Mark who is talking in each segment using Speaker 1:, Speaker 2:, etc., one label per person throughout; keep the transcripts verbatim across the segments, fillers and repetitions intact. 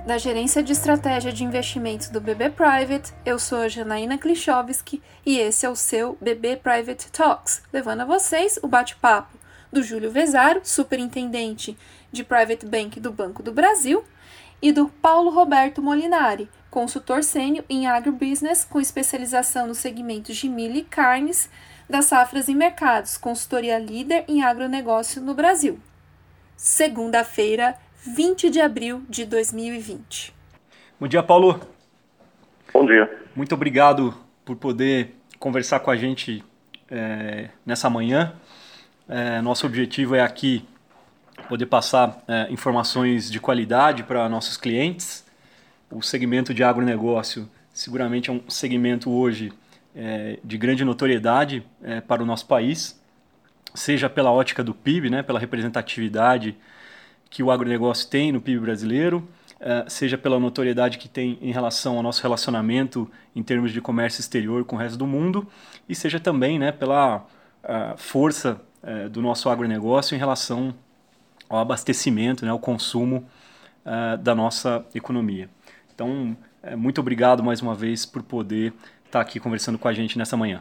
Speaker 1: Da Gerência de Estratégia de Investimentos do B B Private, eu sou a Janaína Klichowski e esse é o seu B B Private Talks, levando a vocês o bate-papo do Júlio Vezaro, superintendente de Private Bank do Banco do Brasil, e do Paulo Roberto Molinari, consultor sênior em agribusiness com especialização nos segmentos de milho e carnes das safras e mercados, consultoria líder em agronegócio no Brasil. Segunda-feira, vinte de abril de dois mil e vinte.
Speaker 2: Bom dia, Paulo.
Speaker 3: Bom dia.
Speaker 2: Muito obrigado por poder conversar com a gente é, nessa manhã. É, nosso objetivo é aqui poder passar é, informações de qualidade para nossos clientes. O segmento de agronegócio seguramente é um segmento hoje é, de grande notoriedade é, para o nosso país, seja pela ótica do P I B, né, pela representatividade que o agronegócio tem no P I B brasileiro, uh, seja pela notoriedade que tem em relação ao nosso relacionamento em termos de comércio exterior com o resto do mundo, e seja também, né, pela uh, força uh, do nosso agronegócio em relação ao abastecimento, né, ao consumo uh, da nossa economia. Então, uh, muito obrigado mais uma vez por poder estar aqui conversando com a gente nessa manhã.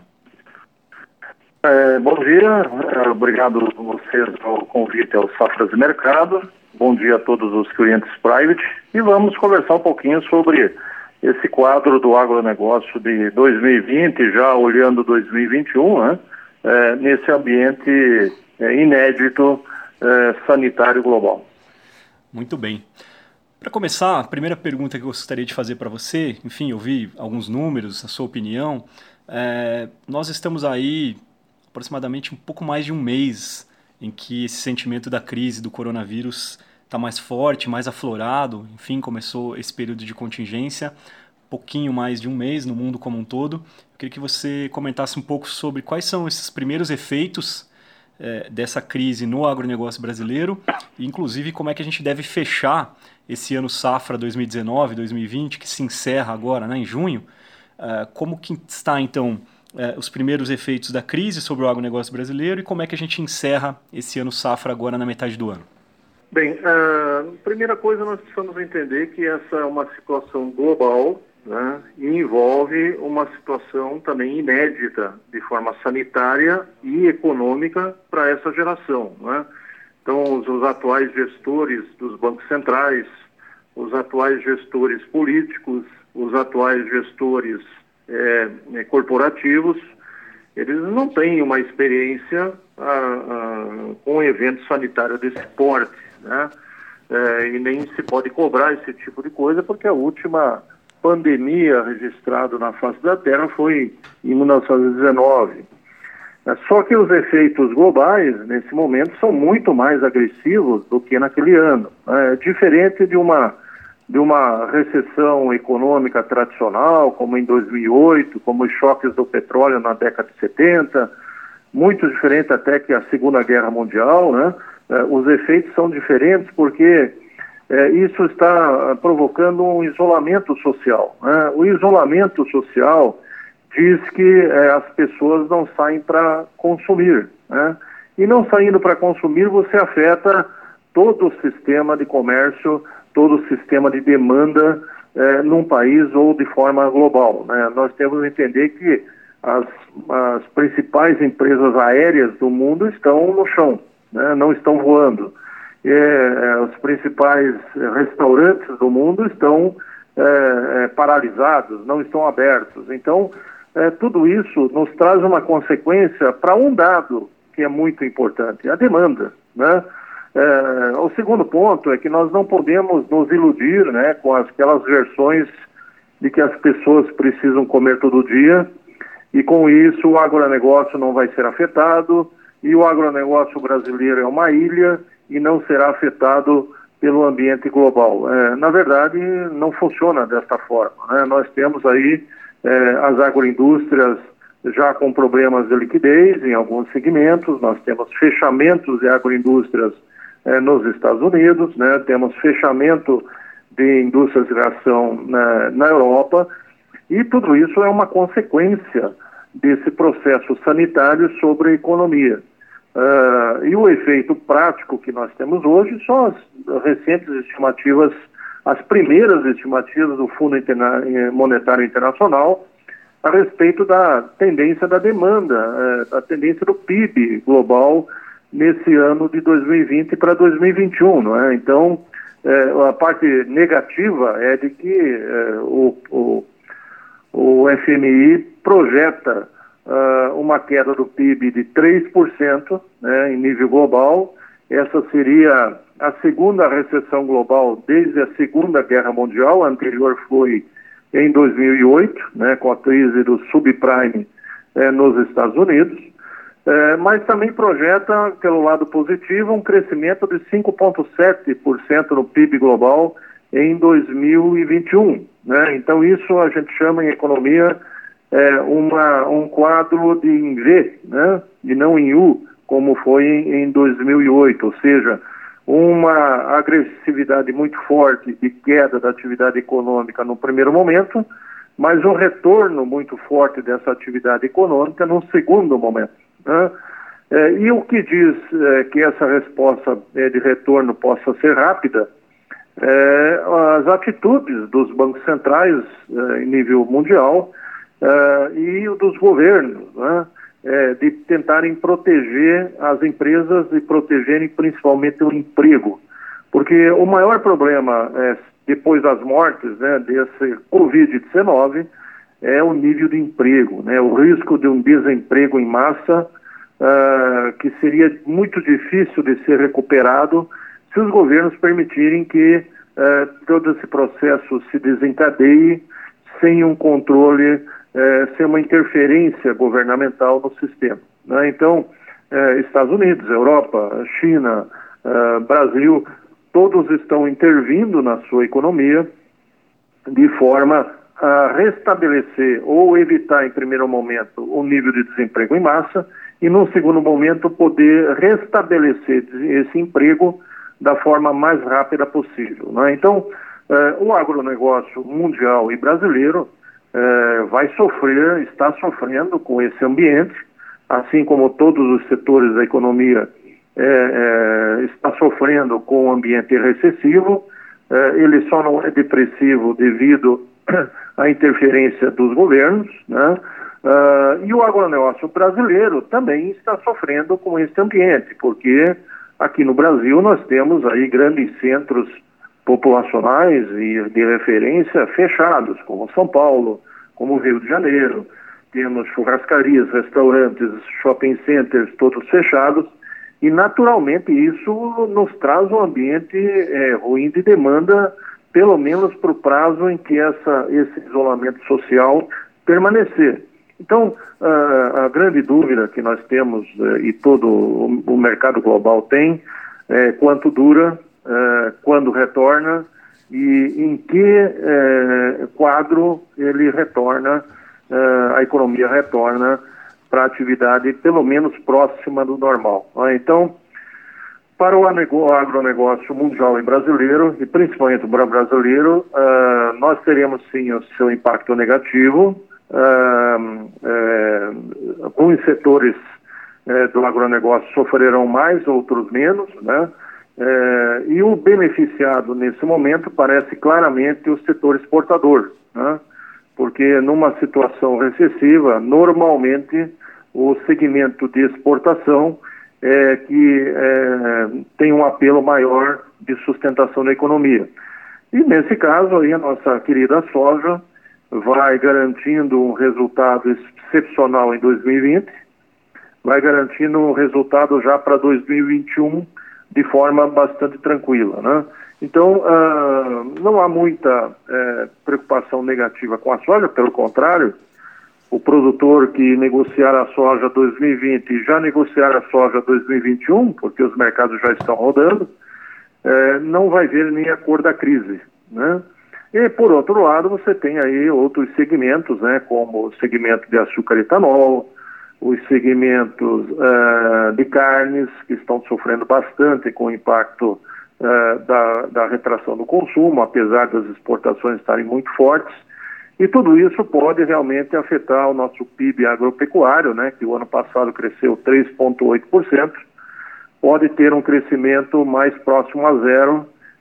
Speaker 3: É, bom dia, obrigado a vocês pelo convite ao Safras e Mercado. Bom dia a todos os clientes private e vamos conversar um pouquinho sobre esse quadro do agronegócio de dois mil e vinte, já olhando dois mil e vinte e um, né, é, nesse ambiente é, inédito é, sanitário global.
Speaker 2: Muito bem. Para começar, a primeira pergunta que eu gostaria de fazer para você, enfim, eu vi alguns números, a sua opinião, é, nós estamos aí aproximadamente um pouco mais de um mês em que esse sentimento da crise do coronavírus está mais forte, mais aflorado, enfim, começou esse período de contingência, pouquinho mais de um mês no mundo como um todo. Eu queria que você comentasse um pouco sobre quais são esses primeiros efeitos eh, dessa crise no agronegócio brasileiro e, inclusive, como é que a gente deve fechar esse ano safra dois mil e dezenove, dois mil e vinte, que se encerra agora, né, em junho. Uh, como que está, então, uh, os primeiros efeitos da crise sobre o agronegócio brasileiro e como é que a gente encerra esse ano safra agora na metade do ano?
Speaker 3: Bem, a uh, primeira coisa nós precisamos entender que essa é uma situação global, né, e envolve uma situação também inédita de forma sanitária e econômica para essa geração, né? Então, os, os atuais gestores dos bancos centrais, os atuais gestores políticos, os atuais gestores é, corporativos, eles não têm uma experiência a, a, com um evento sanitário desse porte, né? É, e nem se pode cobrar esse tipo de coisa, porque a última pandemia registrada na face da Terra foi em mil novecentos e dezenove. É, só que os efeitos globais, nesse momento, são muito mais agressivos do que naquele ano. É diferente de uma de uma recessão econômica tradicional, como em dois mil e oito, como os choques do petróleo na década de setenta, muito diferente até que a Segunda Guerra Mundial, né? Eh, os efeitos são diferentes porque eh, isso está provocando um isolamento social, né? O isolamento social diz que eh, as pessoas não saem para consumir, né? E não saindo para consumir, você afeta todo o sistema de comércio, todo o sistema de demanda eh, num país ou de forma global, né? Nós temos que entender que as, as principais empresas aéreas do mundo estão no chão, né? Não estão voando. Eh, os principais restaurantes do mundo estão eh, paralisados, não estão abertos. Então, eh, tudo isso nos traz uma consequência para um dado que é muito importante, a demanda, né? É, o segundo ponto é que nós não podemos nos iludir, né, com aquelas versões de que as pessoas precisam comer todo dia e com isso o agronegócio não vai ser afetado e o agronegócio brasileiro é uma ilha e não será afetado pelo ambiente global. É, na verdade, não funciona desta forma, né? Nós temos aí é, as agroindústrias já com problemas de liquidez em alguns segmentos, nós temos fechamentos de agroindústrias eh, nos Estados Unidos, né? Temos fechamento de indústrias de ração na, na Europa, e tudo isso é uma consequência desse processo sanitário sobre a economia. Uh, e o efeito prático que nós temos hoje são as recentes estimativas as primeiras estimativas do Fundo Interna- Monetário Internacional a respeito da tendência da demanda, é, da tendência do P I B global nesse ano de dois mil e vinte para dois mil e vinte e um, não é? Então, é, a parte negativa é de que é, o, o, o F M I projeta uh, uma queda do P I B de três por cento, né, em nível global. Essa seria a segunda recessão global desde a Segunda Guerra Mundial. A anterior foi em dois mil e oito, né, com a crise do subprime eh, nos Estados Unidos, eh, mas também projeta, pelo lado positivo, um crescimento de cinco vírgula sete por cento no P I B global em dois mil e vinte e um. Né? Então isso a gente chama em economia eh, uma, um quadro de em V, né, e não em U, como foi em, em dois mil e oito, ou seja, uma agressividade muito forte de queda da atividade econômica no primeiro momento, mas um retorno muito forte dessa atividade econômica no segundo momento. Né? É, e o que diz é, que essa resposta é, de retorno possa ser rápida é as atitudes dos bancos centrais é, em nível mundial é, e dos governos, né? É, de tentarem proteger as empresas e protegerem principalmente o emprego. Porque o maior problema, é, depois das mortes, né, desse covid dezenove, é o nível de emprego, né, o risco de um desemprego em massa, uh, que seria muito difícil de ser recuperado se os governos permitirem que uh, todo esse processo se desencadeie sem um controle, É, sem uma interferência governamental no sistema. Né? Então, é, Estados Unidos, Europa, China, é, Brasil, todos estão intervindo na sua economia de forma a restabelecer ou evitar, em primeiro momento, o nível de desemprego em massa e, num segundo momento, poder restabelecer esse emprego da forma mais rápida possível. Né? Então, é, o agronegócio mundial e brasileiro É, vai sofrer, está sofrendo com esse ambiente, assim como todos os setores da economia é, é, está sofrendo com o ambiente recessivo. É, ele só não é depressivo devido à interferência dos governos, né? Uh, e o agronegócio brasileiro também está sofrendo com esse ambiente, porque aqui no Brasil nós temos aí grandes centros populacionais e de referência fechados, como São Paulo, como Rio de Janeiro. Temos churrascarias, restaurantes, shopping centers, todos fechados, e naturalmente isso nos traz um ambiente é, ruim de demanda, pelo menos para o prazo em que essa, esse isolamento social permanecer. Então, a, a grande dúvida que nós temos, e todo o, o mercado global tem, é quanto dura, Uh, quando retorna e em que uh, quadro ele retorna, uh, a economia retorna para a atividade pelo menos próxima do normal. Né? Então, para o agronegócio mundial e brasileiro, e principalmente o brasileiro, uh, nós teremos sim o seu impacto negativo. Uh, uh, alguns setores uh, do agronegócio sofrerão mais, outros menos, né? É, e o beneficiado nesse momento parece claramente o setor exportador, né? Porque numa situação recessiva, normalmente o segmento de exportação é que é, tem um apelo maior de sustentação da economia. E nesse caso aí a nossa querida soja vai garantindo um resultado excepcional em dois mil e vinte, vai garantindo um resultado já para dois mil e vinte e um de forma bastante tranquila, né? Então, uh, não há muita uh, preocupação negativa com a soja, pelo contrário, o produtor que negociar a soja dois mil e vinte já negociar a soja dois mil e vinte e um, porque os mercados já estão rodando, uh, não vai ver nem a cor da crise, né? E, por outro lado, você tem aí outros segmentos, né, como o segmento de açúcar e etanol, os segmentos uh, de carnes, que estão sofrendo bastante com o impacto uh, da, da retração do consumo, apesar das exportações estarem muito fortes, e tudo isso pode realmente afetar o nosso P I B agropecuário, né, que o ano passado cresceu três vírgula oito por cento, pode ter um crescimento mais próximo a zero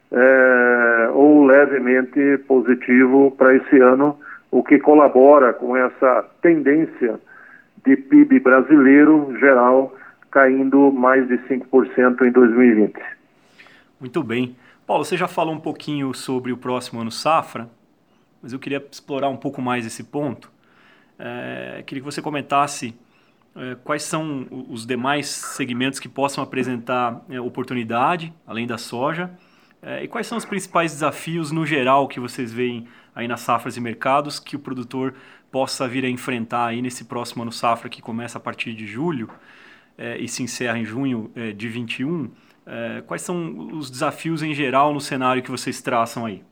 Speaker 3: é, ou levemente positivo para esse ano, o que colabora com essa tendência de P I B brasileiro geral caindo mais de cinco por cento em dois mil e vinte.
Speaker 2: Muito bem. Paulo, você já falou um pouquinho sobre o próximo ano safra, mas eu queria explorar um pouco mais esse ponto. É, queria que você comentasse é, quais são os demais segmentos que possam apresentar é, oportunidade, além da soja, é, e quais são os principais desafios no geral que vocês veem aí nas safras e mercados que o produtor possa vir a enfrentar aí nesse próximo ano safra que começa a partir de julho é, e se encerra em junho é, de vinte e um. É, quais são os desafios em geral no cenário que vocês traçam aí?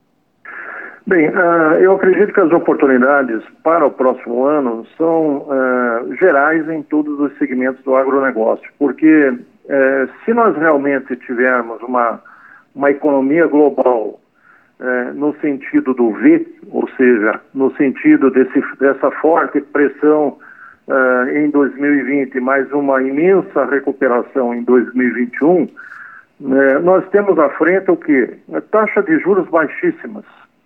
Speaker 3: Bem, uh, eu acredito que as oportunidades para o próximo ano são uh, gerais em todos os segmentos do agronegócio, porque uh, se nós realmente tivermos uma, uma economia global uh, no sentido do V, ou seja, no sentido desse, dessa forte pressão uh, em dois mil e vinte, mais uma imensa recuperação em dois mil e vinte e um, uh, nós temos à frente o quê? A taxa de juros baixíssimas.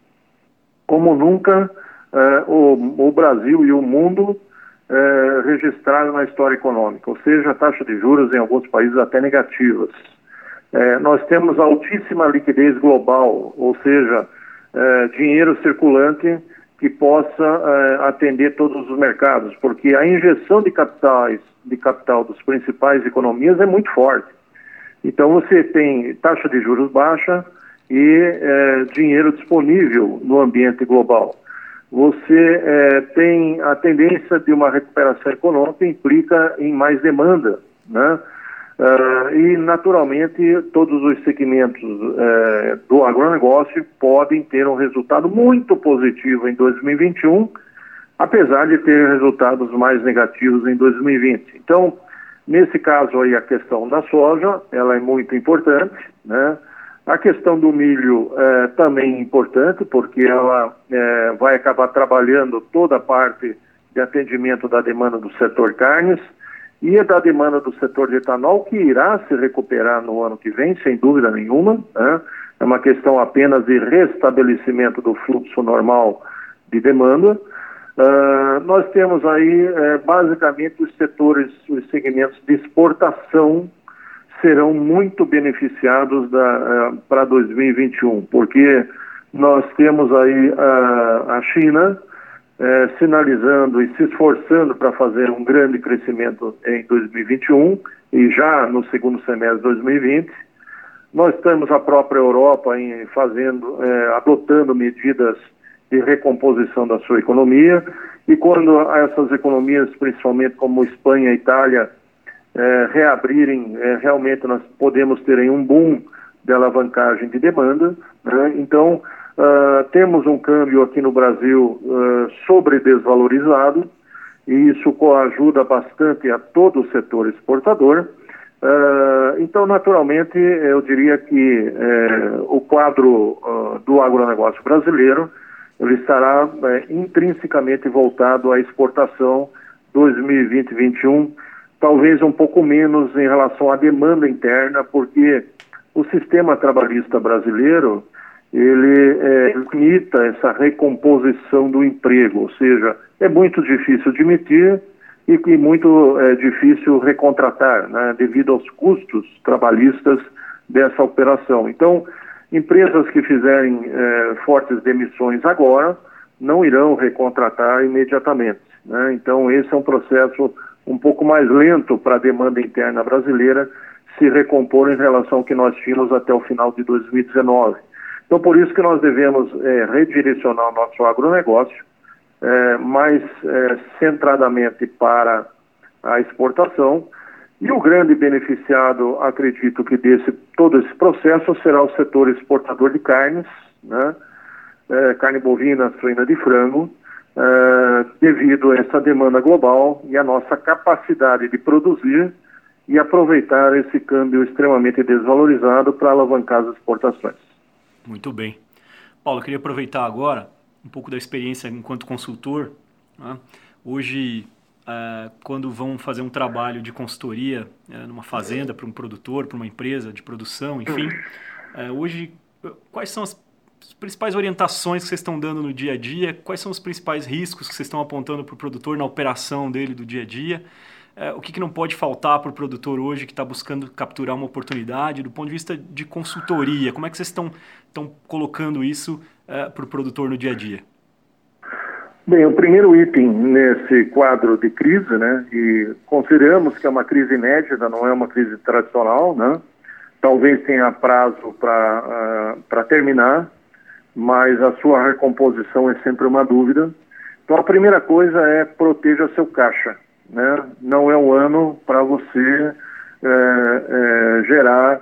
Speaker 3: Como nunca eh, o, o Brasil e o mundo eh, registraram na história econômica, ou seja, a taxa de juros em alguns países até negativas. Eh, nós temos altíssima liquidez global, ou seja, eh, dinheiro circulante que possa eh, atender todos os mercados, porque a injeção de capitais, de capital das principais economias é muito forte. Então você tem taxa de juros baixa e é, dinheiro disponível no ambiente global. Você é, tem a tendência de uma recuperação econômica que implica em mais demanda, né? Uh, e, naturalmente, todos os segmentos é, do agronegócio podem ter um resultado muito positivo em dois mil e vinte e um, apesar de ter resultados mais negativos em dois mil e vinte. Então, nesse caso aí, a questão da soja, ela é muito importante, né? A questão do milho é também importante, porque ela é, vai acabar trabalhando toda a parte de atendimento da demanda do setor carnes e da demanda do setor de etanol, que irá se recuperar no ano que vem, sem dúvida nenhuma, né? É uma questão apenas de restabelecimento do fluxo normal de demanda. Uh, nós temos aí, é, basicamente, os setores, os segmentos de exportação serão muito beneficiados uh, para dois mil e vinte e um, porque nós temos aí uh, a China uh, sinalizando e se esforçando para fazer um grande crescimento em dois mil e vinte e um e já no segundo semestre de dois mil e vinte. Nós temos a própria Europa em fazendo, uh, adotando medidas de recomposição da sua economia, e quando essas economias, principalmente como Espanha e Itália, É, reabrirem, é, realmente nós podemos ter aí um boom de alavancagem de demanda, né? Então, uh, temos um câmbio aqui no Brasil uh, sobredesvalorizado, e isso coajuda bastante a todo o setor exportador. Uh, então, naturalmente, eu diria que uh, o quadro uh, do agronegócio brasileiro ele estará uh, intrinsecamente voltado à exportação dois mil e vinte e vinte e um, talvez um pouco menos em relação à demanda interna, porque o sistema trabalhista brasileiro, ele é, limita essa recomposição do emprego, ou seja, é muito difícil demitir e que muito é, difícil recontratar, né, devido aos custos trabalhistas dessa operação. Então, empresas que fizerem é, fortes demissões agora não irão recontratar imediatamente, né? Então, esse é um processo um pouco mais lento para a demanda interna brasileira se recompor em relação ao que nós tínhamos até o final de dois mil e dezenove. Então, por isso que nós devemos é, redirecionar o nosso agronegócio é, mais é, centradamente para a exportação, e o grande beneficiado, acredito que desse todo esse processo será o setor exportador de carnes, né? É, carne bovina, suína de frango, Uh, devido a essa demanda global e a nossa capacidade de produzir e aproveitar esse câmbio extremamente desvalorizado para alavancar as exportações.
Speaker 2: Muito bem. Paulo, eu queria aproveitar agora um pouco da experiência enquanto consultor, né? Hoje, uh, quando vão fazer um trabalho de consultoria uh, numa fazenda, para um produtor, para uma empresa de produção, enfim, É, hoje, quais são as principais orientações que vocês estão dando no dia a dia? Quais são os principais riscos que vocês estão apontando para o produtor na operação dele do dia a dia? É, o que, que não pode faltar para o produtor hoje que está buscando capturar uma oportunidade do ponto de vista de consultoria? Como é que vocês estão, estão colocando isso é, para o produtor no dia a dia?
Speaker 3: Bem, o primeiro item nesse quadro de crise, né, e consideramos que é uma crise inédita, não é uma crise tradicional, né, talvez tenha prazo para uh, para terminar, mas a sua recomposição é sempre uma dúvida. Então a primeira coisa é proteja seu caixa, né, não é um ano para você é, é, gerar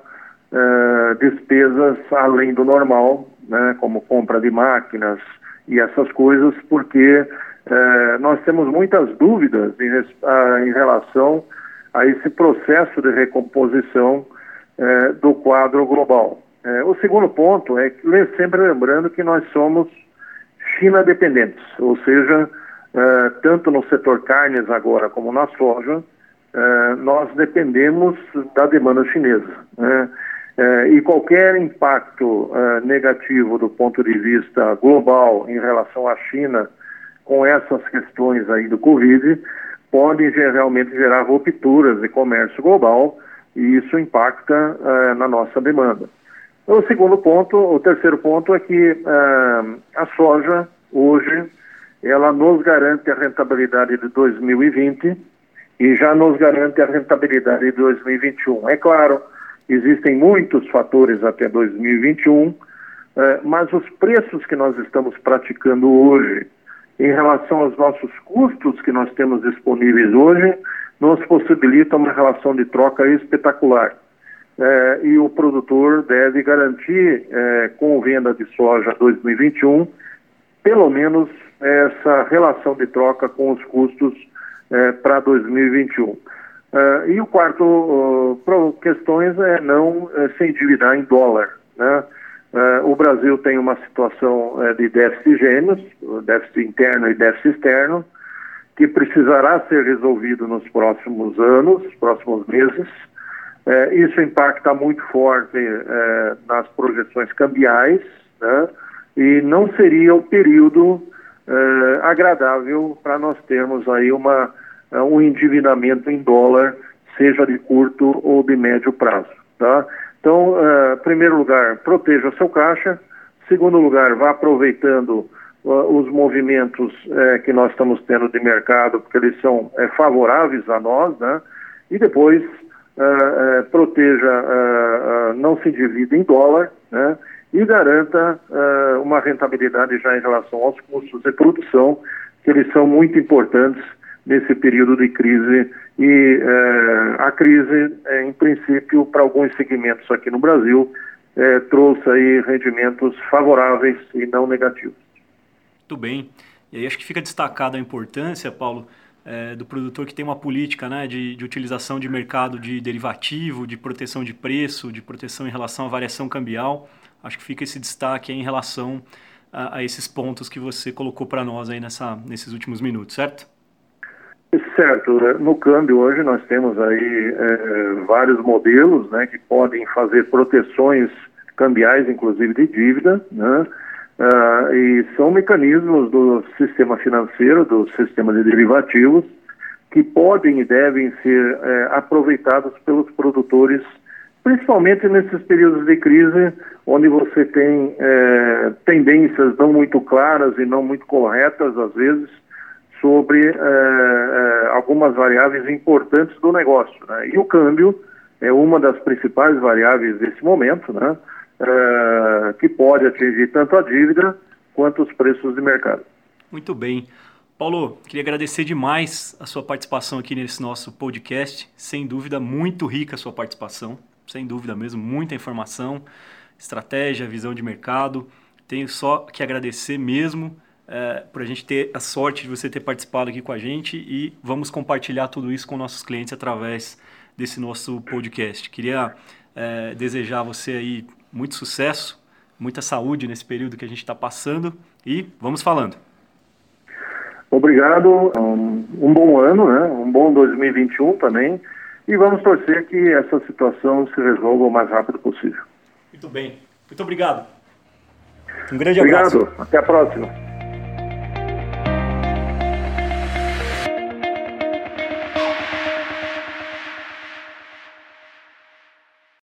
Speaker 3: é, despesas além do normal, né, como compra de máquinas, e essas coisas, porque eh, nós temos muitas dúvidas em, a, em relação a esse processo de recomposição eh, do quadro global. Eh, o segundo ponto é que, sempre lembrando que nós somos China dependentes, ou seja, eh, tanto no setor carnes agora como na soja, eh, nós dependemos da demanda chinesa, né? Eh, e qualquer impacto eh, negativo do ponto de vista global em relação à China com essas questões aí do Covid pode ger- realmente gerar rupturas de comércio global e isso impacta eh, na nossa demanda. O segundo ponto, o terceiro ponto é que eh, a soja hoje ela nos garante a rentabilidade de dois mil e vinte e já nos garante a rentabilidade de dois mil e vinte e um. É claro, existem muitos fatores até dois mil e vinte e um, eh, mas os preços que nós estamos praticando hoje, em relação aos nossos custos que nós temos disponíveis hoje, nos possibilitam uma relação de troca espetacular. Eh, e o produtor deve garantir, eh, com venda de soja dois mil e vinte e um, pelo menos essa relação de troca com os custos eh, para dois mil e vinte e um. Uh, e o quarto uh, pro, questões é não uh, se endividar em dólar, né? Uh, o Brasil tem uma situação uh, de déficit gêmeos, déficit interno e déficit externo, que precisará ser resolvido nos próximos anos, próximos meses. Uh, isso impacta muito forte uh, nas projeções cambiais, né? E não seria o período uh, agradável para nós termos aí uma um endividamento em dólar, seja de curto ou de médio prazo, tá? Então, uh, primeiro lugar, proteja o seu caixa. Segundo lugar, vá aproveitando uh, os movimentos uh, que nós estamos tendo de mercado, porque eles são uh, favoráveis a nós, né? E depois, uh, uh, proteja, uh, uh, não se endivide em dólar, né? E garanta uh, uma rentabilidade já em relação aos custos de produção, que eles são muito importantes nesse período de crise e eh, a crise, eh, em princípio, para alguns segmentos aqui no Brasil, eh, trouxe aí rendimentos favoráveis e não negativos.
Speaker 2: Muito bem. E aí acho que fica destacada a importância, Paulo, eh, do produtor que tem uma política, né, de, de utilização de mercado de derivativo, de proteção de preço, de proteção em relação à variação cambial. Acho que fica esse destaque aí em relação a, a esses pontos que você colocou para nós aí nessa, nesses últimos minutos, certo?
Speaker 3: Certo. No câmbio hoje nós temos aí é, vários modelos, né, que podem fazer proteções cambiais, inclusive de dívida, né, uh, e são mecanismos do sistema financeiro, do sistema de derivativos, que podem e devem ser é, aproveitados pelos produtores, principalmente nesses períodos de crise, onde você tem é, tendências não muito claras e não muito corretas, às vezes, sobre eh, eh, algumas variáveis importantes do negócio, né? E o câmbio é uma das principais variáveis desse momento, né? Eh, que pode atingir tanto a dívida quanto os preços de mercado.
Speaker 2: Muito bem. Paulo, queria agradecer demais a sua participação aqui nesse nosso podcast. Sem dúvida, muito rica a sua participação. Sem dúvida mesmo, muita informação, estratégia, visão de mercado. Tenho só que agradecer mesmo É, por a gente ter a sorte de você ter participado aqui com a gente e vamos compartilhar tudo isso com nossos clientes através desse nosso podcast. Queria é, desejar a você aí muito sucesso, muita saúde nesse período que a gente está passando e vamos falando.
Speaker 3: Obrigado, um, um bom ano, né? Um bom dois mil e vinte e um também e vamos torcer que essa situação se resolva o mais rápido possível.
Speaker 2: Muito bem. Muito obrigado. Um grande
Speaker 3: obrigado.
Speaker 2: abraço.
Speaker 3: Obrigado. Até a próxima.